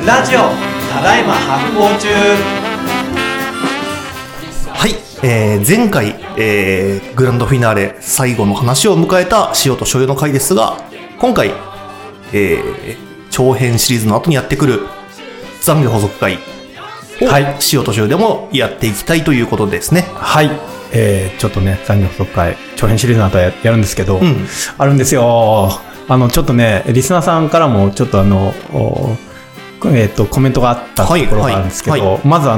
ラジオただいま発行中。 はい、前回、グランドフィナーレ最後の話を迎えた塩と醤油の回ですが、今回、長編シリーズの後にやってくる懺悔補足会を、はい、塩と醤油でもやっていきたいということですね。 はい、ちょっとね、懺悔補足会長編シリーズの後やるんですけど、あるんですよ。ちょっとね、リスナーさんからもちょっとコメントがあったところがあるんですけど、まず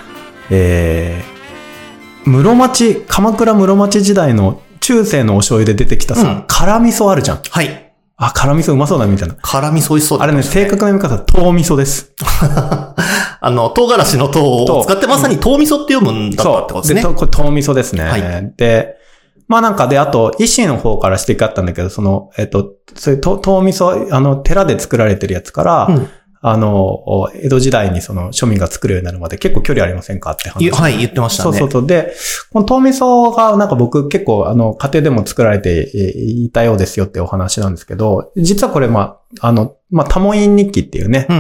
鎌倉室町時代の中世のお醤油で出てきたさ、辛味噌あるじゃん。 はい。 あ、辛味噌うまそうだみたいな。 辛味噌美味しそうだ、ね。 あれね、正確な読み方、唐味噌です。 唐辛子の唐を使ってまさに唐味噌って読むんだったってことですね。 そう。これ唐味噌ですね。はい。で、まあなんかで、あと、医師の方から指摘あったんだけど、そういう唐味噌、寺で作られてるやつから、江戸時代にその庶民が作るようになるまで結構距離ありませんかって話。 はい、言ってましたね。 そう。で、この唐味噌がなんか僕結構家庭でも作られていたようですよってお話なんですけど、実はこれ多聞院日記っていうね、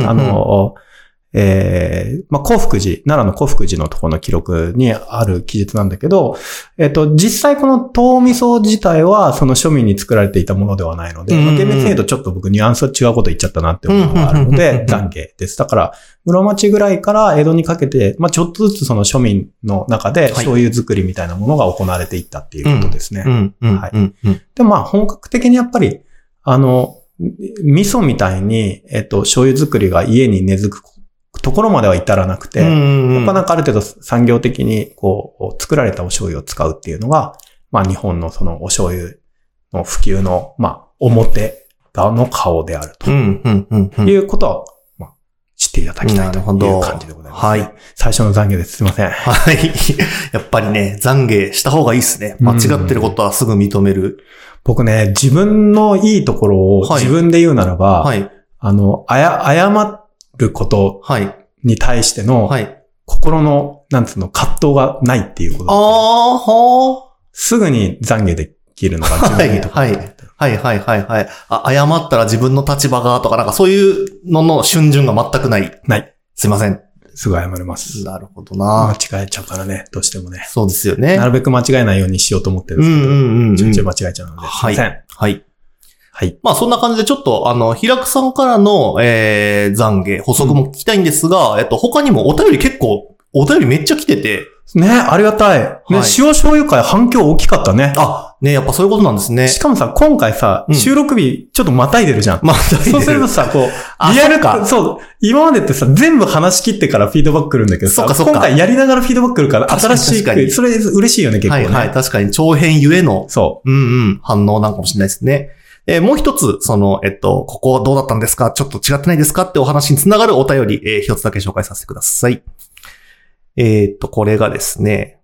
興福寺、奈良の興福寺のところの記録にある記述なんだけど、実際この唐味噌自体はその庶民に作られていたものではないので、厳密に言うとちょっと僕ニュアンスは違うこと言っちゃったなって思うのがあるので、懺悔です。だから、室町ぐらいから江戸にかけて、ちょっとずつその庶民の中で醤油作りみたいなものが行われていったっていうことですね。はい。で、本格的にやっぱり、味噌みたいに、醤油作りが家に根付くところまでは至らなくて、やっぱなんかある程度産業的に作られたお醤油を使うっていうのが、日本のそのお醤油の普及の、表側の顔であるということは、知っていただきたいという感じでございます、ね。はい。最初の懺悔です。すいません。 はい。やっぱりね、懺悔した方がいいですね。間違ってることはすぐ認める。 僕ね、自分のいいところを自分で言うならば、謝ることに対しての心の葛藤がないっていうことですぐに懺悔できるのが自分のいいところ。 はい。謝ったら自分の立場がとかなんかそういうのの瞬順が全くない。 ない。 すいません。 すぐ謝れます。 なるほどな。 間違えちゃうからね、どうしてもね。 そうですよね。 なるべく間違えないようにしようと思ってるんですけど、ちょいちょい間違えちゃうので。すいません。 はい。そんな感じでちょっと、平久さんからの、懺悔、補足も聞きたいんですが、他にもお便りめっちゃ来てて。 ね、ありがたい。ね、塩醤油会反響大きかったね。 ね、やっぱそういうことなんですね。 しかもさ、今回さ、収録日ちょっとまたいでるじゃん。そうするとさ、リアルか。そう、今までってさ、全部話し切ってからフィードバック来るんだけどさ、今回やりながらフィードバック来るから、新しい、それ嬉しいよね、結構ね。 はい、確かに長編ゆえの、反応なんかもしれないですね。もう一つ、ここどうだったんですか？ちょっと違ってないですか？ってお話につながるお便り、一つだけ紹介させてください。これがですね、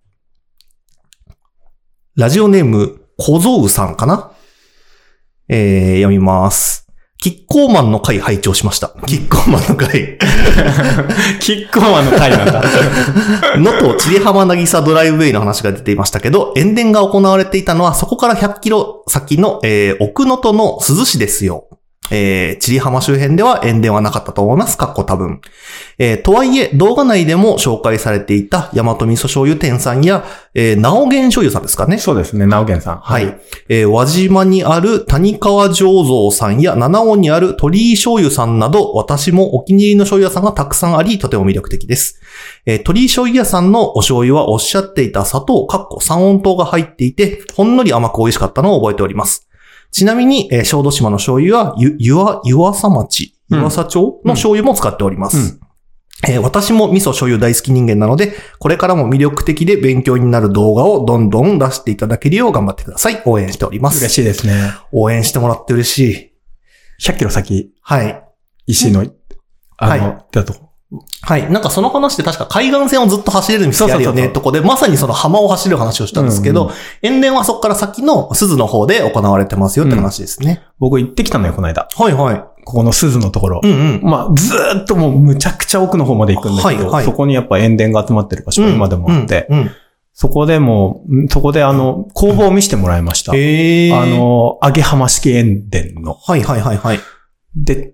ラジオネーム、小僧さんかな？読みます。キッコーマンの回拝聴しました。キッコーマンの回。 キッコーマンの回なんだ。 能登千里浜渚ドライブウェイの話が出ていましたけど、塩田が行われていたのはそこから100キロ先の、奥能登の鈴市ですよ。千里浜周辺では塩田はなかったと思います。多分。とはいえ、動画内でも紹介されていた大和味噌醤油店さんや、直源醤油さんですかね。 そうですね、直源さん。 はい。輪島にある谷川醸造さんや七尾にある鳥居醤油さんなど、私もお気に入りの醤油屋さんがたくさんあり、とても魅力的です。鳥居醤油屋さんのお醤油はおっしゃっていた砂糖、三温糖が入っていて、ほんのり甘く美味しかったのを覚えております。ちなみに、小豆島の醤油は、湯浅町、湯浅町の醤油も使っております。私も味噌醤油大好き人間なので、これからも魅力的で勉強になる動画をどんどん出していただけるよう頑張ってください。応援しております。 嬉しいですね。 応援してもらって嬉しい。 100キロ先。 はい。 石の、だと。 はい。なんかその話で確か海岸線をずっと走れる店あるよねとこで、まさにその浜を走る話をしたんですけど、塩田はそこから先の鈴の方で行われてますよって話ですね。 僕行ってきたのよ、この間。 はいはい。 ここの鈴のところ。ずーっともうむちゃくちゃ奥の方まで行くんだけど、そこにやっぱ塩田が集まってる場所が今でもあって、そこで工房を見せてもらいました。揚げ浜式塩田の。 はい。 で、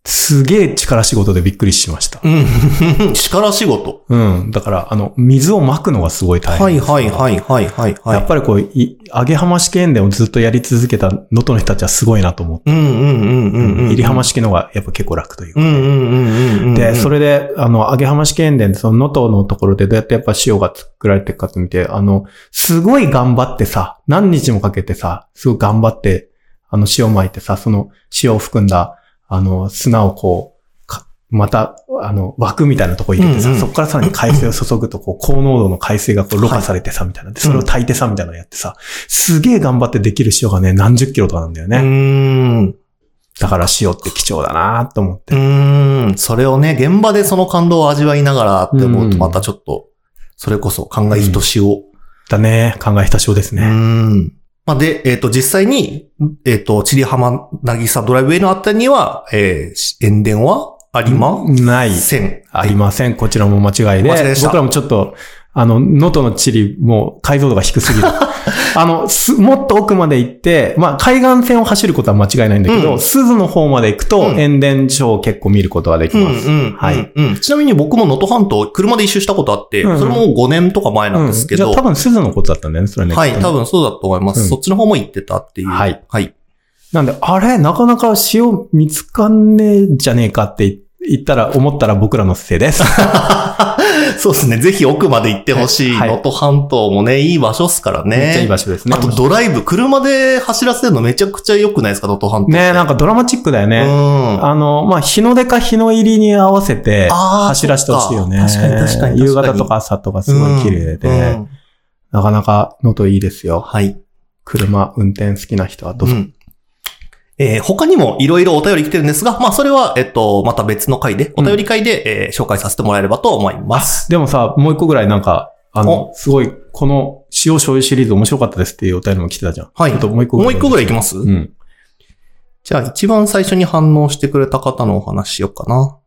すげえ力仕事でびっくりしました。 うん。力仕事。 うん。だから、水をまくのがすごい大変です。 はい。 やっぱりこう、上浜式塩田をずっとやり続けた能登の人たちはすごいなと思って。入浜式のがやっぱ結構楽というか。で、それで、上浜式塩田でその能登のところでどうやってやっぱ塩が作られていくかと見て、すごい頑張ってさ、何日もかけてさ、すごい頑張って、塩巻いてさ、その塩を含んだ、砂をこう、また、枠みたいなとこ入れてさ、そこからさらに海水を注ぐと、こう、高濃度の海水がこう、ろ過されてさ、みたいな。で、それを炊いてさ、みたいなのやってさ、すげえ頑張ってできる塩がね、何十キロとかなんだよね。だから塩って貴重だなと思って。 それをね、現場でその感動を味わいながらって思うと、またちょっと、それこそ考えひとしお。 だね、考えひとしおですね。 まあ、で、実際に、千里浜渚ドライブウェイのあたりには、塩田はありません。 ありません。こちらも間違いで。僕らもちょっと、能登の地理も解像度が低すぎる。もっと奥まで行って、まあ、海岸線を走ることは間違いないんだけど、鈴の方まで行くと、塩田省を結構見ることができます。はい。 ちなみに僕も能登半島、車で一周したことあって、それも5年とか前なんですけど。 じゃあ多分鈴のことだったんだよね、それね。 はい、多分そうだと思います。そっちの方も行ってたっていう。 はい。 はい。 なんで、あれなかなか塩見つかんねえじゃねえかって思ったら僕らのせいです。 そうですね。ぜひ奥まで行ってほしい。能登半島もね、いい場所っすからね。 めっちゃいい場所ですね。 あとドライブ、車で走らせるのめちゃくちゃ良くないですか、能登半島。 ね、なんかドラマチックだよね。まあ、日の出か日の入りに合わせて走らせてほしいよね。 確かに。 夕方とか朝とかすごい綺麗で、なかなか能登いいですよ。 はい。 車運転好きな人はどうぞ。 他にもいろいろお便り来てるんですが、まあそれは、また別の回で、お便り回で、紹介させてもらえればと思います。 でもさ、もう一個ぐらいなんか、すごい、この塩醤油シリーズ面白かったですっていうお便りも来てたじゃん。 はい。 もう一個ぐらいいきます？じゃあ一番最初に反応してくれた方のお話しようかな。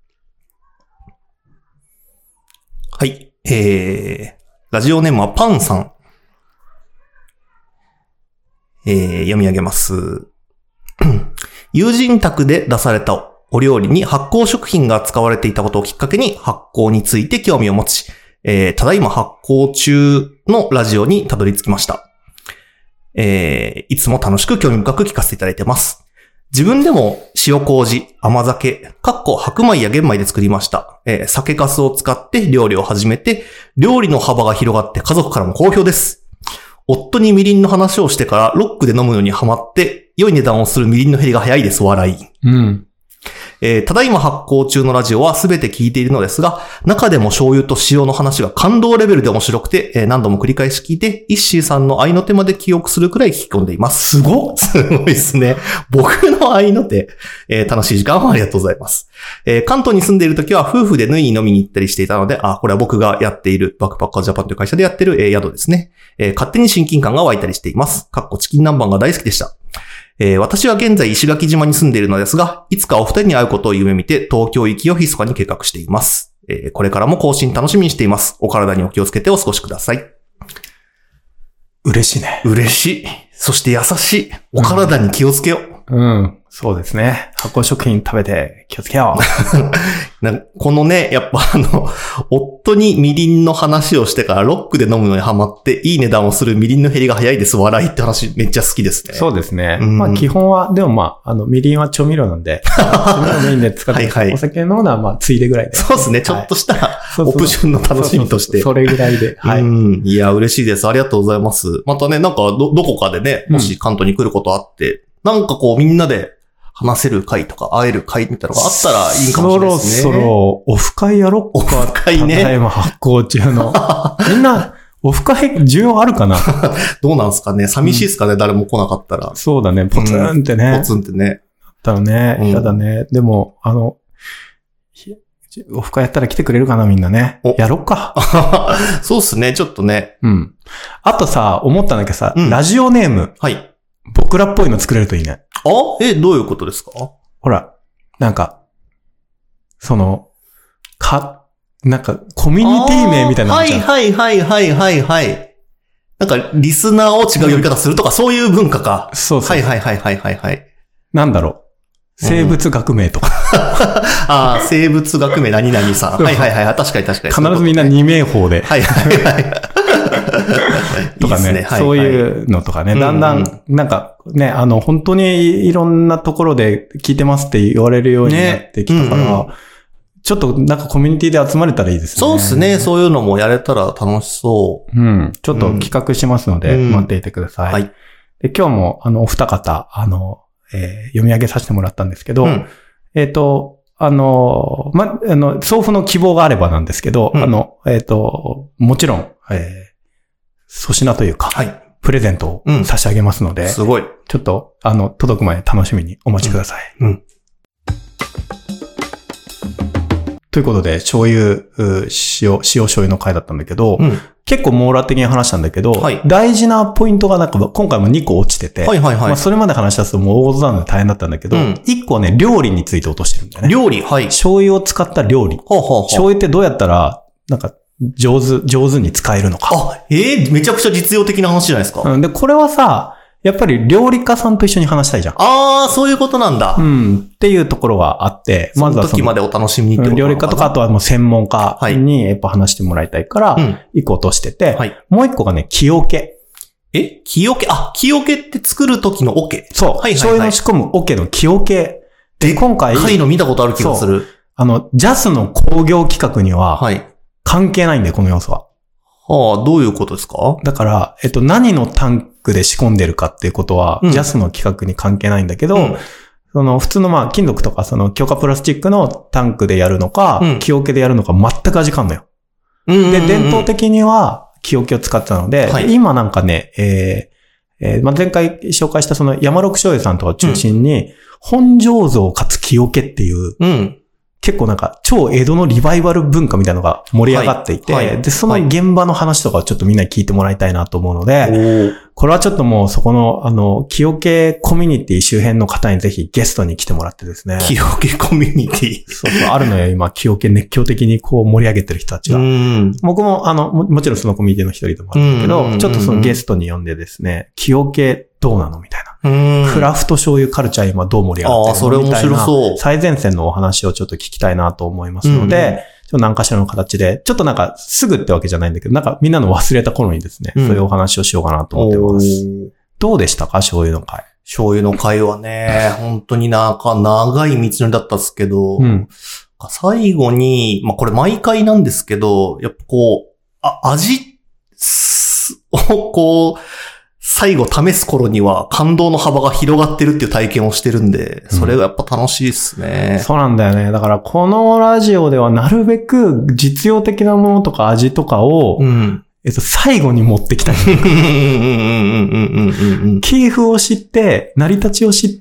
はい。ラジオネームはパンさん。読み上げます。友人宅で出されたお料理に発酵食品が使われていたことをきっかけに発酵について興味を持ち、ただいま発酵中のラジオにたどり着きました。いつも楽しく興味深く聞かせていただいてます。自分でも塩麹、甘酒、白米や玄米で作りました。酒粕を使って料理を始めて、料理の幅が広がって家族からも好評です。夫にみりんの話をしてからロックで飲むのにハマって、良い値段をするみりんの減りが早いです、笑い。ただいま発行中のラジオはすべて聞いているのですが、中でも醤油と塩の話が感動レベルで面白くて、何度も繰り返し聞いて、イッシーさんの愛の手まで記憶するくらい聞き込んでいます。すごいですね。僕の愛の手、楽しい時間をありがとうございます。関東に住んでいる時は夫婦で縫いに飲みに行ったりしていたので、これは僕がやっているバックパッカージャパンという会社でやってる、宿ですね。勝手に親近感が湧いたりしています。チキン南蛮が大好きでした。私は現在石垣島に住んでいるのですが、いつかお二人に会うことを夢見て東京行きを密かに計画しています。これからも更新楽しみにしています。お体にお気をつけてお過ごしください。 嬉しいね。 嬉しい。そして優しい。お体に気をつけよう。 そうですね。発酵食品食べて気をつけよう。このね、やっぱ夫にみりんの話をしてからロックで飲むのにハマっていい値段をするみりんの減りが早いです。笑いって話めっちゃ好きですね。 そうですね。まあ基本は、でもみりんは調味料なんで、調味料メインで使ってお酒飲むのはまあついでぐらいで。 そうですね。ちょっとしたオプションの楽しみとして。 それぐらいで。 いや、嬉しいです。ありがとうございます。またね、なんかどこかでね、もし関東に来ることあって、なんかこうみんなで話せる会とか会える会みたいなのがあったらいいかもしれないですね。 そろオフ会やろっか。 オフ会ね。 ただいま発行中の。みんな、オフ会需要あるかなどうなんすかね。寂しいっすかね、誰も来なかったら。 そうだね。ポツンってね。 ポツンってね。 だったらね。やだね。でも、オフ会やったら来てくれるかな、みんなね。やろっか。 そうっすね、ちょっとね。 あとさ、思ったんだけどさ、ラジオネーム。 はい。 僕らっぽいの作れるといいね。 どういうことですか？ ほら、なんか、なんか、コミュニティ名みたいなのじゃん。 はい。なんか、リスナーを違う呼び方するとか、そういう文化か。 そう。 はい。 なんだろう。 生物学名とか。 ああ、生物学名何々さん。はいはいはい。確かに。 必ずみんな二名法で。 はいはいはい。 とかね、そういうのとかね、だんだん、なんかね、本当にいろんなところで聞いてますって言われるようになってきたから、ちょっとなんかコミュニティで集まれたらいいですね。 そうですね。そういうのもやれたら楽しそう。 ちょっと企画しますので、待っていてください。はい。で、今日も、お二方、読み上げさせてもらったんですけど、送付の希望があればなんですけど、もちろん、粗品というか、プレゼントを差し上げますので、 すごい。 ちょっと、届くまで楽しみにお待ちください。ということで、醤油、塩醤油の回だったんだけど、結構網羅的に話したんだけど、大事なポイントがなんか今回も2個落ちてて、それまで話したともう大事なので大変だったんだけど、1個ね、料理について落としてるんだよね。 料理、はい。 醤油を使った料理。醤油ってどうやったら、なんか、上手に使えるのか。 めちゃくちゃ実用的な話じゃないですか。 で、これはさ、やっぱり料理家さんと一緒に話したいじゃん。 そういうことなんだ。 っていうところがあって、 まずはその時までお楽しみにってこと料理家とか、あとはもう専門家にやっぱ話してもらいたいから、一個落としてて、もう一個がね、木桶。 木桶？木桶って作る時の桶。 そう。醤油の仕込む桶の木桶。で、今回。 貝の見たことある気がする。 ジャスの工業規格には、関係ないんだよ、この要素は。 どういうことですか？ だから、何のタンクで仕込んでるかっていうことは、ジャスの規格に関係ないんだけど、普通の金属とか強化プラスチックのタンクでやるのか、木桶でやるのか全く味変わんのよ。で、伝統的には木桶を使ってたので、今なんかね、前回紹介した山六醤油さんとかを中心に、本醸造かつ木桶っていう、結構なんか超江戸のリバイバル文化みたいなのが盛り上がっていて、で、その現場の話とかをちょっとみんなに聞いてもらいたいなと思うので、これはちょっともうそこの、木桶コミュニティ周辺の方にぜひゲストに来てもらってですね。 木桶コミュニティそう、あるのよ、今、木桶熱狂的にこう盛り上げてる人たちが。僕ももちろんそのコミュニティの一人でもあるんだけど、ちょっとそのゲストに呼んでですね、木桶どうなのみたいな。クラフト醤油カルチャー今どう盛り上がってるのみたいな。最前線のお話をちょっと聞きたいなと思いますので、何かしらの形で、ちょっとなんかすぐってわけじゃないんだけど、なんかみんなの忘れた頃にですね、そういうお話をしようかなと思ってます。どうでしたか？醤油の回。 醤油の回はね、本当になんか長い道のりだったんですけど、最後に、これ毎回なんですけど、やっぱこう、味をこう、最後試す頃には感動の幅が広がってるっていう体験をしてるんで、それがやっぱ楽しいですね。 そうなんだよね。だからこのラジオではなるべく実用的なものとか味とかを、最後に持ってきたい。系譜を知って、成り立ちを知って、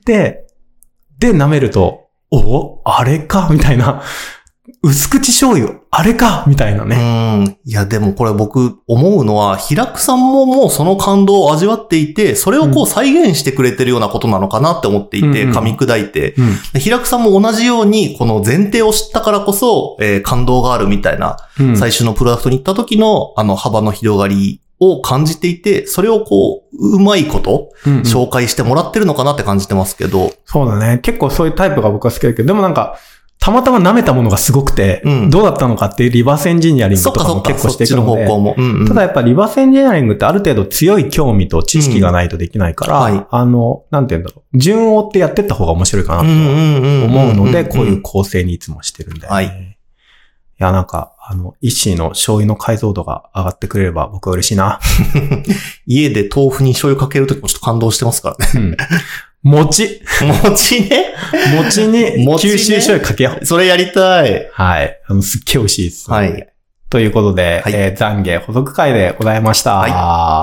で舐めると、あれかみたいな。薄口醤油、あれかみたいなね。 いや、でもこれ僕思うのは、平久さんももうその感動を味わっていて、それをこう再現してくれてるようなことなのかなって思っていて、噛み砕いて。平久さんも同じように、この前提を知ったからこそ、感動があるみたいな、最初のプロダクトに行った時の幅の広がりを感じていて、それをこう、うまいこと、紹介してもらってるのかなって感じてますけど。 そうだね。結構そういうタイプが僕は好きだけど、でもなんか、たまたま舐めたものがすごくて、どうだったのかっていうリバースエンジニアリングとかも結構していくので、ただやっぱりリバースエンジニアリングってある程度強い興味と知識がないとできないから、なんて言うんだろう、順を追ってやってった方が面白いかなと思うので、こういう構成にいつもしてるんで、いや、なんか、イッシーの醤油の解像度が上がってくれれば僕は嬉しいな。 家で豆腐に醤油かけるときもちょっと感動してますからね。 餅ね。餅に九州醤油かけよう。 それやりたい。 はい。すっげえ美味しいです。ということで、懺悔補足会でございました。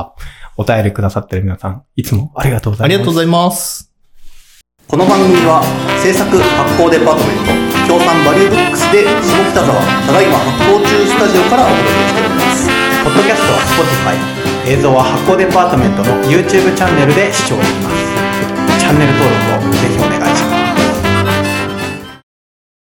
お便りくださってる皆さん、いつもありがとうございます。 ありがとうございます。この番組は、制作発行デパートメント、協賛バリューブックスで、下北沢、ただいま発行中スタジオからお届けしております。 ポッドキャストは Spotify、映像は発行デパートメントの YouTube チャンネルで視聴できます。チャンネル登録をぜひお願いします。